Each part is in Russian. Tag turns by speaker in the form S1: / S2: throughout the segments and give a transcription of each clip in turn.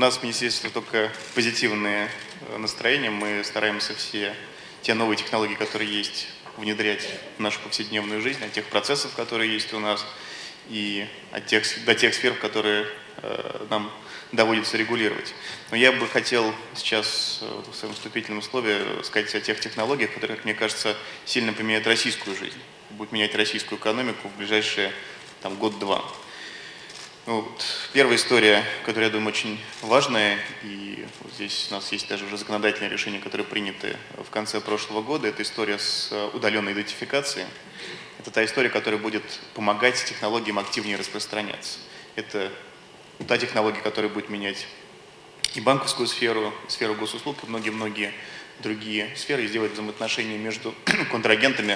S1: нас в министерстве только позитивные настроения. Мы стараемся все те новые технологии, которые есть, внедрять в нашу повседневную жизнь, от тех процессов, которые есть у нас, и до тех сфер, которые нам доводится регулировать. Но я бы хотел сейчас в своем вступительном слове сказать о тех технологиях, которые, как мне кажется, сильно поменяют российскую жизнь, будут менять российскую экономику в ближайшие год-два. Вот. Первая история, которая, я думаю, очень важная, и вот здесь у нас есть даже уже законодательные решения, которые приняты в конце прошлого года, это история с удаленной идентификацией. Это та история, которая будет помогать технологиям активнее распространяться. Это та технология, которая будет менять и банковскую сферу, сферу госуслуг, и многие-многие другие сферы, и сделать взаимоотношения между контрагентами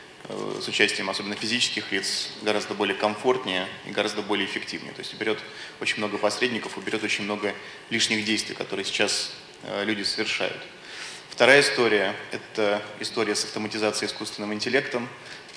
S1: с участием, особенно физических лиц, гораздо более комфортнее и гораздо более эффективнее. То есть уберет очень много посредников, уберет очень много лишних действий, которые сейчас люди совершают. Вторая история – это история с автоматизацией искусственным интеллектом.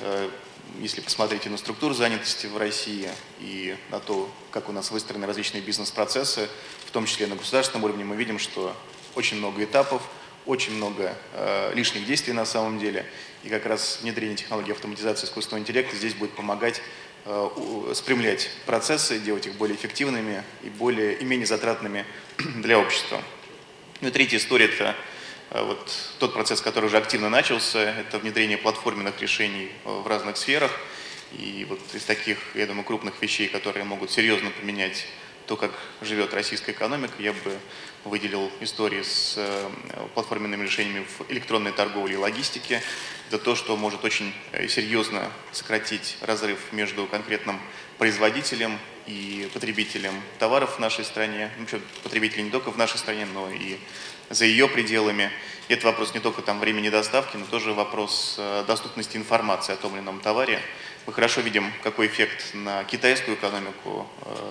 S1: Если посмотреть на структуру занятости в России и на то, как у нас выстроены различные бизнес-процессы, в том числе на государственном уровне, мы видим, что очень много этапов, очень много лишних действий на самом деле. И как раз внедрение технологий автоматизации искусственного интеллекта здесь будет помогать спрямлять процессы, делать их более эффективными и менее затратными для общества. Ну и третья история – это вот тот процесс, который уже активно начался, это внедрение платформенных решений в разных сферах. И вот из таких, я думаю, крупных вещей, которые могут серьезно поменять то, как живет российская экономика, я бы выделил истории с платформенными решениями в электронной торговле и логистике. Это то, что может очень серьезно сократить разрыв между конкретным производителем и потребителем товаров в нашей стране. Ну, потребители не только в нашей стране, но и за ее пределами. И это вопрос не только времени доставки, но тоже вопрос доступности информации о том или ином товаре. Мы хорошо видим, какой эффект на китайскую экономику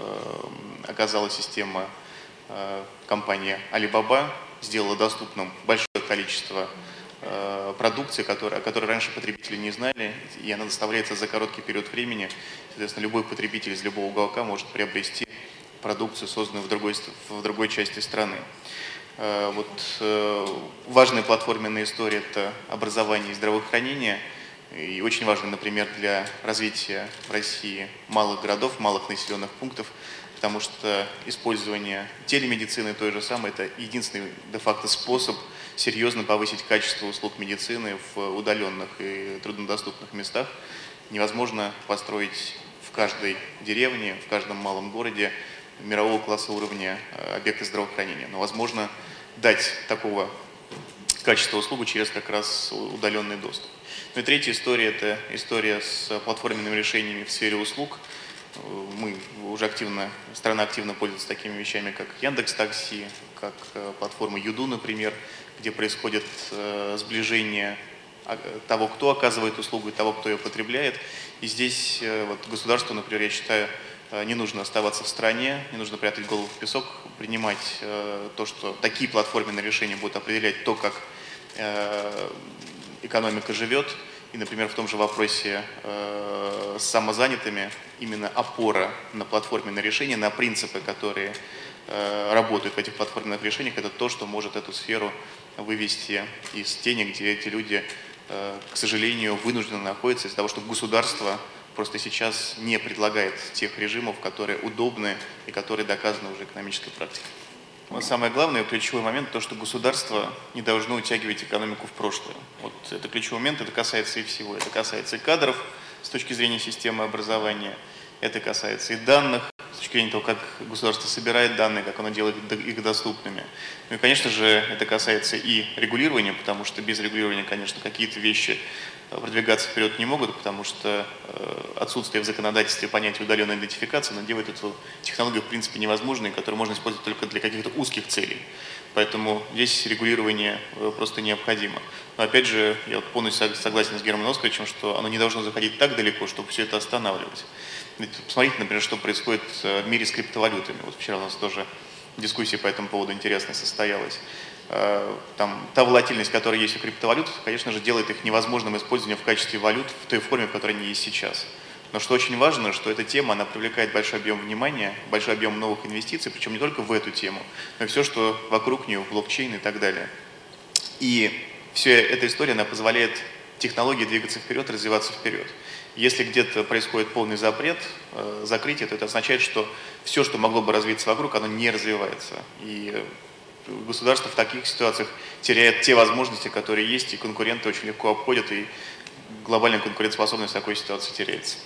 S1: оказала система компании Alibaba, сделала доступным большое количество продукции, о которой раньше потребители не знали, и она доставляется за короткий период времени. Соответственно, любой потребитель из любого уголка может приобрести продукцию, созданную в другой части страны. Вот важная платформенная история – это образование и здравоохранение. И очень важно, например, для развития в России малых городов, малых населенных пунктов, потому что использование телемедицины той же самой – это единственный де-факто способ серьезно повысить качество услуг медицины в удаленных и труднодоступных местах. Невозможно построить в каждой деревне, в каждом малом городе мирового класса уровня объекты здравоохранения, но возможно дать такого качества услугу через как раз удаленный доступ. Ну и третья история – это история с платформенными решениями в сфере услуг. Страна активно пользуется такими вещами, как Яндекс.Такси, как платформа Юду, например, где происходит сближение того, кто оказывает услугу, и того, кто ее потребляет. И здесь государству, например, я считаю, не нужно оставаться в стране, не нужно прятать голову в песок, принимать то, что такие платформенные решения будут определять то, как экономика живет. И, например, в том же вопросе с самозанятыми именно опора на платформенные решения, на принципы, которые работают в этих платформенных решениях, это то, что может эту сферу вывести из тени, где эти люди, к сожалению, вынуждены находиться из-за того, что государство просто сейчас не предлагает тех режимов, которые удобны и которые доказаны уже экономической практикой. Но самое главное, ключевой момент, то, что государство не должно утягивать экономику в прошлое. Вот это ключевой момент, это касается и всего. Это касается и кадров с точки зрения системы образования, это касается и данных, с точки зрения того, как государство собирает данные, как оно делает их доступными. Ну и, конечно же, это касается и регулирования, потому что без регулирования, конечно, какие-то вещи продвигаться вперед не могут, потому что отсутствие в законодательстве понятия удаленной идентификации, но делает эту технологию в принципе невозможной, которую можно использовать только для каких-то узких целей. Поэтому здесь регулирование просто необходимо. Но опять же, я полностью согласен с Германом Оскаровичем, что оно не должно заходить так далеко, чтобы все это останавливать. Ведь посмотрите, например, что происходит в мире с криптовалютами. Вот вчера у нас тоже дискуссия по этому поводу интересная состоялась. Та волатильность, которая есть у криптовалют, конечно же, делает их невозможным использование в качестве валют в той форме, в которой они есть сейчас. Но что очень важно, что эта тема, она привлекает большой объем внимания, большой объем новых инвестиций, причем не только в эту тему, но и все, что вокруг нее, блокчейн и так далее. И вся эта история, она позволяет технологии двигаться вперед, развиваться вперед. Если где-то происходит полный запрет, закрытие, то это означает, что все, что могло бы развиться вокруг, оно не развивается. И государство в таких ситуациях теряет те возможности, которые есть, и конкуренты очень легко обходят, и глобальная конкурентоспособность в такой ситуации теряется.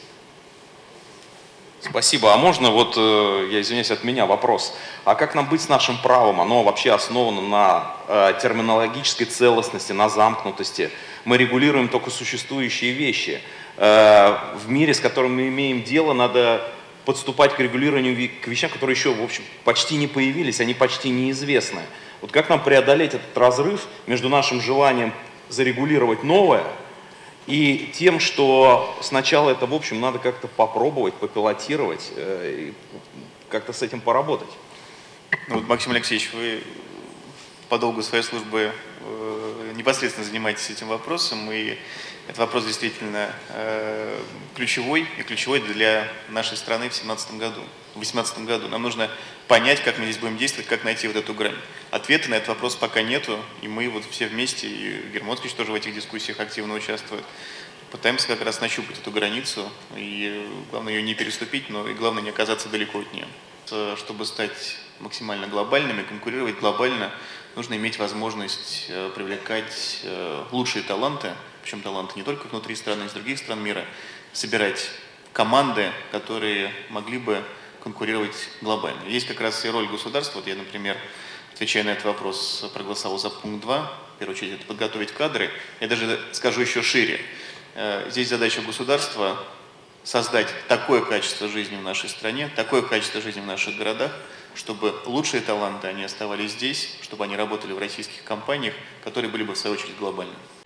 S2: Спасибо. А можно, вот, я извиняюсь, от меня вопрос. А как нам быть с нашим правом? Оно вообще основано на терминологической целостности, на замкнутости. Мы регулируем только существующие вещи. В мире, с которым мы имеем дело, надо подступать к регулированию к вещам, которые еще, в общем, почти не появились, они почти неизвестны. Вот как нам преодолеть этот разрыв между нашим желанием зарегулировать новое и тем, что сначала это, в общем, надо как-то попробовать, попилотировать, и как-то с этим поработать?
S1: Ну, вот, Максим Алексеевич, вы по долгу своей службы непосредственно занимаетесь этим вопросом, и этот вопрос действительно ключевой, и ключевой для нашей страны в 2018 году. Нам нужно понять, как мы здесь будем действовать, как найти вот эту грань. Ответа на этот вопрос пока нету, и мы вот все вместе, и Гермоцкич тоже в этих дискуссиях активно участвует, пытаемся как раз нащупать эту границу, и главное ее не переступить, но и главное не оказаться далеко от нее. Чтобы стать максимально глобальными, конкурировать глобально, нужно иметь возможность привлекать лучшие таланты, причем таланты не только внутри страны, но и из других стран мира, собирать команды, которые могли бы конкурировать глобально. Есть как раз и роль государства. Вот я, например, отвечая на этот вопрос, проголосовал за пункт 2. В первую очередь, это подготовить кадры. Я даже скажу еще шире. Здесь задача государства создать такое качество жизни в нашей стране, такое качество жизни в наших городах, чтобы лучшие таланты, они оставались здесь, чтобы они работали в российских компаниях, которые были бы, в свою очередь, глобальными.